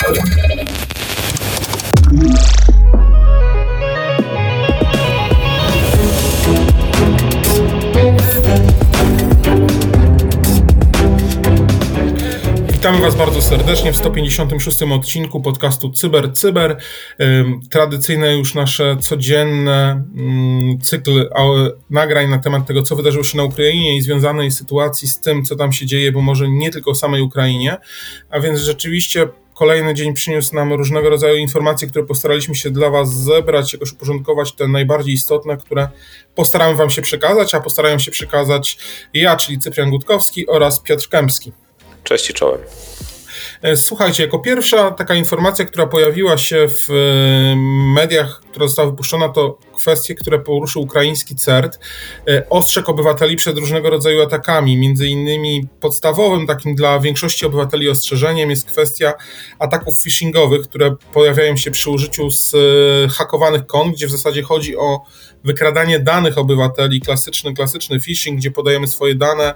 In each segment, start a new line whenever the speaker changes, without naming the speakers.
Witamy Was bardzo serdecznie w 156. odcinku podcastu Cyber. Tradycyjne już nasze codzienne cykl nagrań na temat tego, co wydarzyło się na Ukrainie i związanej sytuacji z tym, co tam się dzieje, bo może nie tylko o samej Ukrainie, a więc rzeczywiście kolejny dzień przyniósł nam różnego rodzaju informacje, które postaraliśmy się dla Was zebrać, jakoś uporządkować te najbardziej istotne, które postaramy Wam się przekazać, a postarają się przekazać ja, czyli Cyprian Gutkowski oraz Piotr Kępski.
Cześć i czołem.
Słuchajcie, jako pierwsza taka informacja, która pojawiła się w mediach, która została wypuszczona, to kwestie, które poruszył ukraiński CERT. Ostrzegł obywateli przed różnego rodzaju atakami. Między innymi podstawowym takim dla większości obywateli ostrzeżeniem jest kwestia ataków phishingowych, które pojawiają się przy użyciu zhakowanych kont, gdzie w zasadzie chodzi o wykradanie danych obywateli, klasyczny phishing, gdzie podajemy swoje dane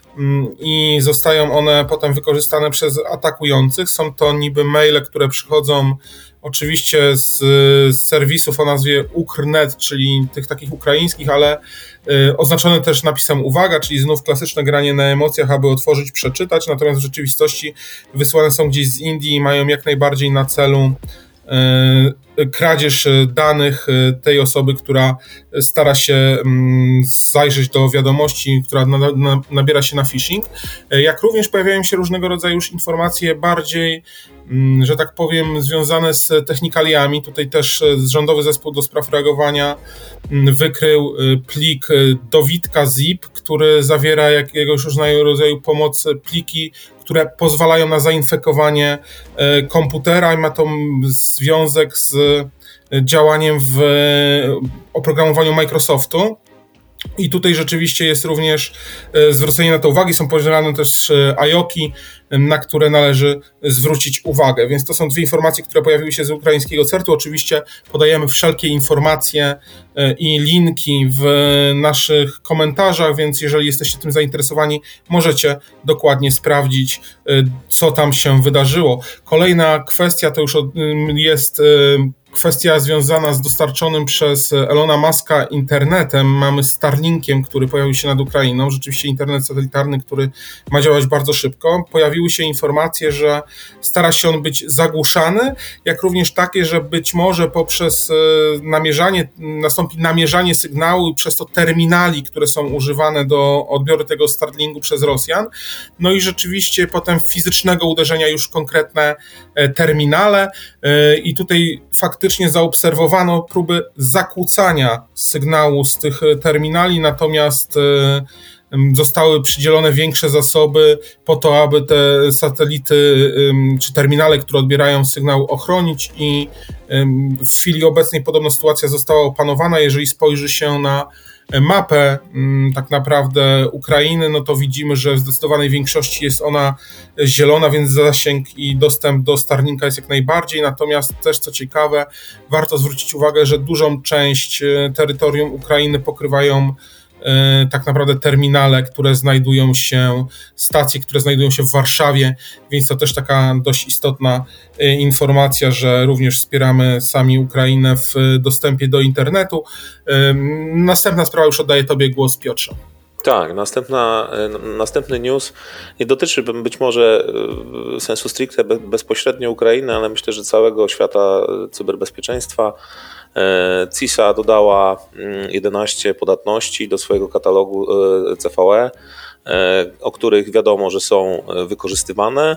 i zostają one potem wykorzystane przez atakujących. Są to niby maile, które przychodzą oczywiście z serwisów o nazwie Ukr.net, czyli tych takich ukraińskich, ale oznaczone też napisem uwaga, czyli znów klasyczne granie na emocjach, aby otworzyć, przeczytać, natomiast w rzeczywistości wysłane są gdzieś z Indii i mają jak najbardziej na celu kradzież danych tej osoby, która stara się zajrzeć do wiadomości, która nabiera się na phishing. Jak również pojawiają się różnego rodzaju już informacje bardziej, że tak powiem, związane z technikaliami. Tutaj też Rządowy Zespół do Spraw Reagowania wykrył plik dowidka zip, który zawiera jakiegoś różnego rodzaju pomocy, pliki, które pozwalają na zainfekowanie komputera i ma to związek z działaniem w oprogramowaniu Microsoftu. I tutaj rzeczywiście jest również zwrócenie na to uwagi, są podzielane też IOKI, na które należy zwrócić uwagę. Więc to są dwie informacje, które pojawiły się z ukraińskiego CERT-u. Oczywiście podajemy wszelkie informacje i linki w naszych komentarzach, więc jeżeli jesteście tym zainteresowani, możecie dokładnie sprawdzić, co tam się wydarzyło. Kolejna kwestia to już jest kwestia związana z dostarczonym przez Elona Muska internetem. Mamy Starlinkiem, który pojawił się nad Ukrainą. Rzeczywiście internet satelitarny, który ma działać bardzo szybko. Pojawiły się informacje, że stara się on być zagłuszany, jak również takie, że być może poprzez nastąpi namierzanie sygnału i przez to terminali, które są używane do odbioru tego Starlinku przez Rosjan. No i rzeczywiście potem fizycznego uderzenia już konkretne terminale i tutaj faktycznie zaobserwowano próby zakłócania sygnału z tych terminali, natomiast zostały przydzielone większe zasoby po to, aby te satelity czy terminale, które odbierają sygnał, ochronić i w chwili obecnej podobno sytuacja została opanowana. Jeżeli spojrzy się na mapę tak naprawdę Ukrainy, no to widzimy, że w zdecydowanej większości jest ona zielona, więc zasięg i dostęp do Starlinka jest jak najbardziej. Natomiast też, co ciekawe, warto zwrócić uwagę, że dużą część terytorium Ukrainy pokrywają tak naprawdę terminale, które znajdują się, stacje, które znajdują się w Warszawie, więc to też taka dość istotna informacja, że również wspieramy sami Ukrainę w dostępie do internetu. Następna sprawa, już oddaję Tobie głos, Piotrze.
Tak, następny news nie dotyczy być może sensu stricte bezpośrednio Ukrainy, ale myślę, że całego świata cyberbezpieczeństwa. CISA dodała 11 podatności do swojego katalogu CVE, o których wiadomo, że są wykorzystywane.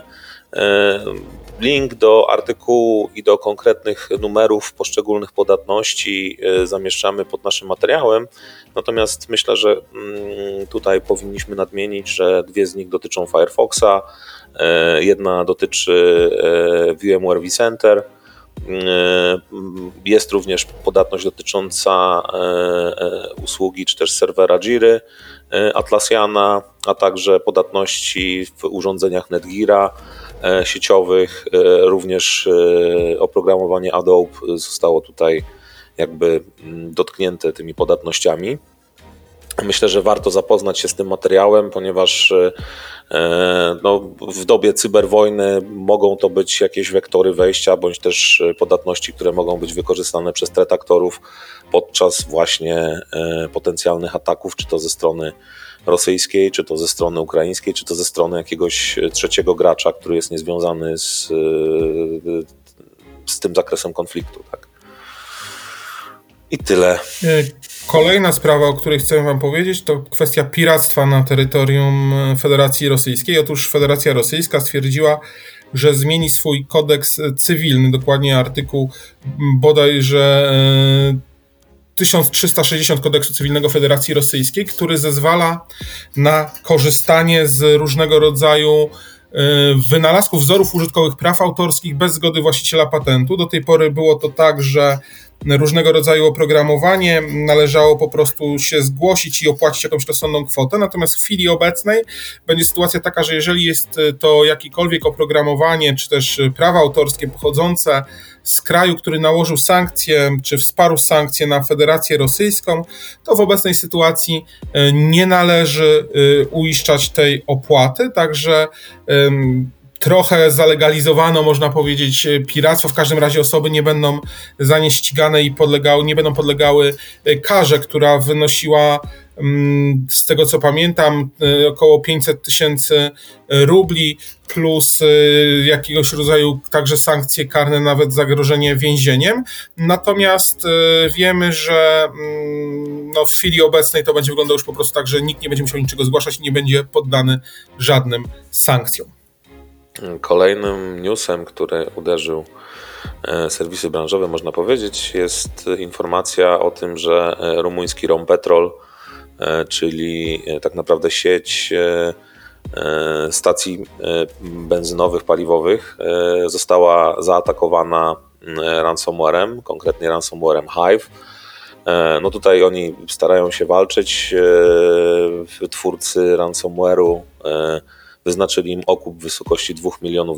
Link do artykułu i do konkretnych numerów poszczególnych podatności zamieszczamy pod naszym materiałem. Natomiast myślę, że tutaj powinniśmy nadmienić, że dwie z nich dotyczą Firefoxa, jedna dotyczy VMware vCenter. Jest również podatność dotycząca usługi czy też serwera Jiry Atlassiana, a także podatności w urządzeniach Netgeara sieciowych. Również oprogramowanie Adobe zostało tutaj jakby dotknięte tymi podatnościami. Myślę, że warto zapoznać się z tym materiałem, ponieważ w dobie cyberwojny mogą to być jakieś wektory wejścia, bądź też podatności, które mogą być wykorzystane przez threat actorów podczas właśnie potencjalnych ataków, czy to ze strony rosyjskiej, czy to ze strony ukraińskiej, czy to ze strony jakiegoś trzeciego gracza, który jest niezwiązany z tym zakresem konfliktu. Tak? I tyle.
Kolejna sprawa, o której chcę wam powiedzieć, to kwestia piractwa na terytorium Federacji Rosyjskiej. Otóż Federacja Rosyjska stwierdziła, że zmieni swój kodeks cywilny, dokładnie artykuł bodajże 1360 kodeksu cywilnego Federacji Rosyjskiej, który zezwala na korzystanie z różnego rodzaju wynalazków, wzorów użytkowych praw autorskich bez zgody właściciela patentu. Do tej pory było to tak, że różnego rodzaju oprogramowanie należało po prostu się zgłosić i opłacić jakąś rozsądną kwotę, natomiast w chwili obecnej będzie sytuacja taka, że jeżeli jest to jakiekolwiek oprogramowanie, czy też prawa autorskie pochodzące z kraju, który nałożył sankcje, czy wsparł sankcje na Federację Rosyjską, to w obecnej sytuacji nie należy uiszczać tej opłaty, także trochę zalegalizowano, można powiedzieć, piractwo. W każdym razie osoby nie będą za nie ścigane i nie będą podlegały karze, która wynosiła, z tego co pamiętam, około 500 000 rubli plus jakiegoś rodzaju także sankcje karne, nawet zagrożenie więzieniem. Natomiast wiemy, że w chwili obecnej to będzie wyglądało już po prostu tak, że nikt nie będzie musiał niczego zgłaszać i nie będzie poddany żadnym sankcjom.
Kolejnym newsem, który uderzył serwisy branżowe, można powiedzieć, jest informacja o tym, że rumuński Rompetrol, czyli tak naprawdę sieć stacji benzynowych, paliwowych, została zaatakowana ransomwarem, konkretnie ransomwarem Hive. No tutaj oni starają się walczyć. Twórcy ransomware'u wyznaczyli im okup w wysokości $2 milionów.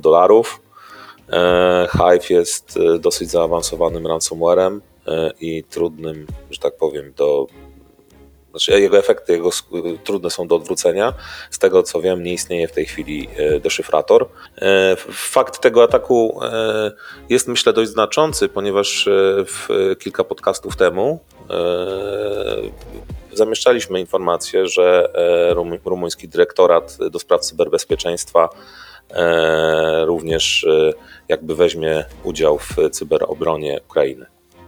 Hive jest dosyć zaawansowanym ransomwarem i trudnym, że tak powiem, jego efekty trudne są do odwrócenia. Z tego co wiem, nie istnieje w tej chwili deszyfrator. Fakt tego ataku jest, myślę, dość znaczący, ponieważ kilka podcastów temu zamieszczaliśmy informację, że rumuński dyrektorat do spraw cyberbezpieczeństwa również jakby weźmie udział w cyberobronie Ukrainy.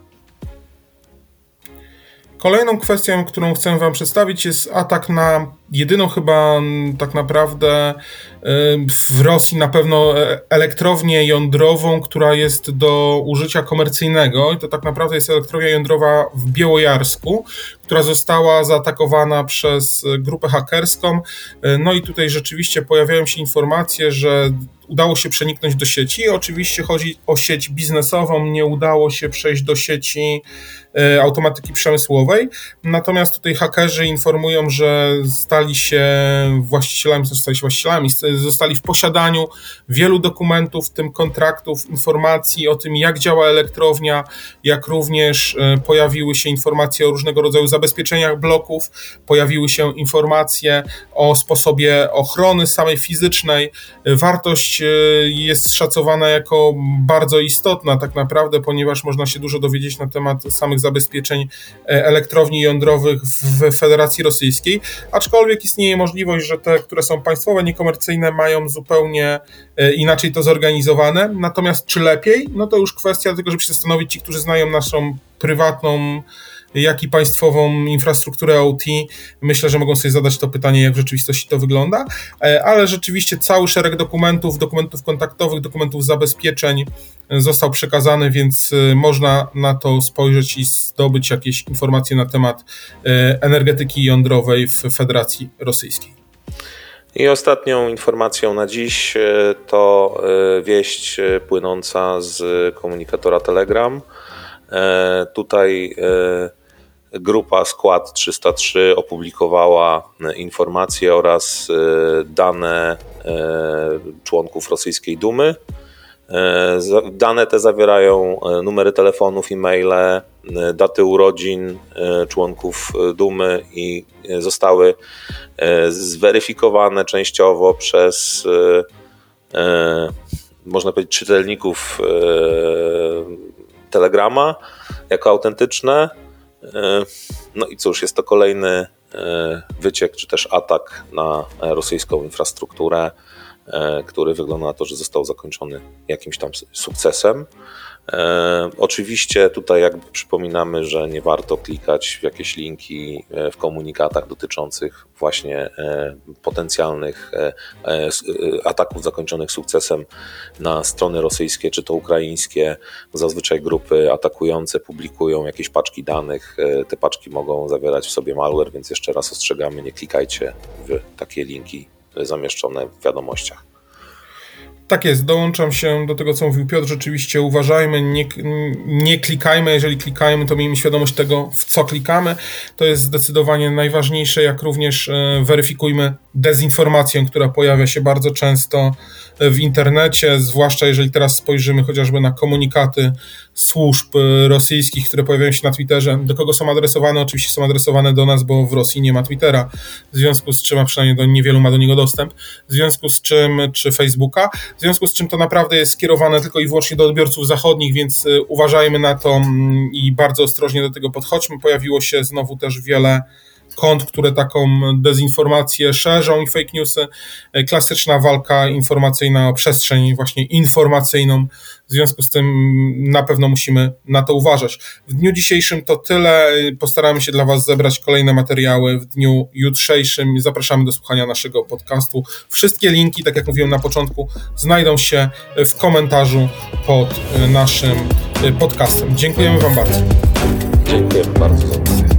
Kolejną kwestią, którą chcę wam przedstawić, jest atak na jedyną chyba tak naprawdę w Rosji na pewno elektrownię jądrową, która jest do użycia komercyjnego. I to tak naprawdę jest elektrownia jądrowa w Białojarsku, która została zaatakowana przez grupę hakerską. No i tutaj rzeczywiście pojawiają się informacje, że udało się przeniknąć do sieci. Oczywiście chodzi o sieć biznesową, nie udało się przejść do sieci automatyki przemysłowej. Natomiast tutaj hakerzy informują, że zostali w posiadaniu wielu dokumentów, w tym kontraktów, informacji o tym, jak działa elektrownia, jak również pojawiły się informacje o różnego rodzaju zabezpieczeniach bloków, pojawiły się informacje o sposobie ochrony samej fizycznej. Wartość jest szacowana jako bardzo istotna tak naprawdę, ponieważ można się dużo dowiedzieć na temat samych zabezpieczeń elektrowni jądrowych w Federacji Rosyjskiej, aczkolwiek istnieje możliwość, że te, które są państwowe, niekomercyjne, mają zupełnie inaczej to zorganizowane. Natomiast czy lepiej? No to już kwestia tego, żeby się zastanowić ci, którzy znają naszą prywatną, jak i państwową infrastrukturę OT. Myślę, że mogą sobie zadać to pytanie, jak w rzeczywistości to wygląda, ale rzeczywiście cały szereg dokumentów kontaktowych, dokumentów zabezpieczeń został przekazany, więc można na to spojrzeć i zdobyć jakieś informacje na temat energetyki jądrowej w Federacji Rosyjskiej.
I ostatnią informacją na dziś to wieść płynąca z komunikatora Telegram. Tutaj grupa Skład 303 opublikowała informacje oraz dane członków rosyjskiej Dumy. Dane te zawierają numery telefonów, e-maile, daty urodzin członków Dumy i zostały zweryfikowane częściowo przez, można powiedzieć, czytelników Telegrama jako autentyczne. No i cóż, jest to kolejny wyciek czy też atak na rosyjską infrastrukturę, który wygląda na to, że został zakończony jakimś tam sukcesem. Oczywiście tutaj jakby przypominamy, że nie warto klikać w jakieś linki w komunikatach dotyczących właśnie potencjalnych ataków zakończonych sukcesem na strony rosyjskie czy to ukraińskie. Zazwyczaj grupy atakujące publikują jakieś paczki danych. Te paczki mogą zawierać w sobie malware, więc jeszcze raz ostrzegamy, nie klikajcie w takie linki zamieszczone w wiadomościach.
Tak jest, dołączam się do tego, co mówił Piotr. Rzeczywiście uważajmy, nie klikajmy. Jeżeli klikajmy, to miejmy świadomość tego, w co klikamy. To jest zdecydowanie najważniejsze, jak również weryfikujmy dezinformację, która pojawia się bardzo często w internecie, zwłaszcza jeżeli teraz spojrzymy chociażby na komunikaty służb rosyjskich, które pojawiają się na Twitterze. Do kogo są adresowane? Oczywiście są adresowane do nas, bo w Rosji nie ma Twittera, w związku z czym, a przynajmniej niewielu ma do niego dostęp, w związku z czym, czy Facebooka, w związku z czym to naprawdę jest skierowane tylko i wyłącznie do odbiorców zachodnich, więc uważajmy na to i bardzo ostrożnie do tego podchodźmy. Pojawiło się znowu też wiele kont, które taką dezinformację szerzą i fake newsy. Klasyczna walka informacyjna o przestrzeń właśnie informacyjną. W związku z tym na pewno musimy na to uważać. W dniu dzisiejszym to tyle. Postaramy się dla Was zebrać kolejne materiały w dniu jutrzejszym. Zapraszamy do słuchania naszego podcastu. Wszystkie linki, tak jak mówiłem na początku, znajdą się w komentarzu pod naszym podcastem. Dziękujemy Wam bardzo.
Dziękujemy bardzo za uwagę.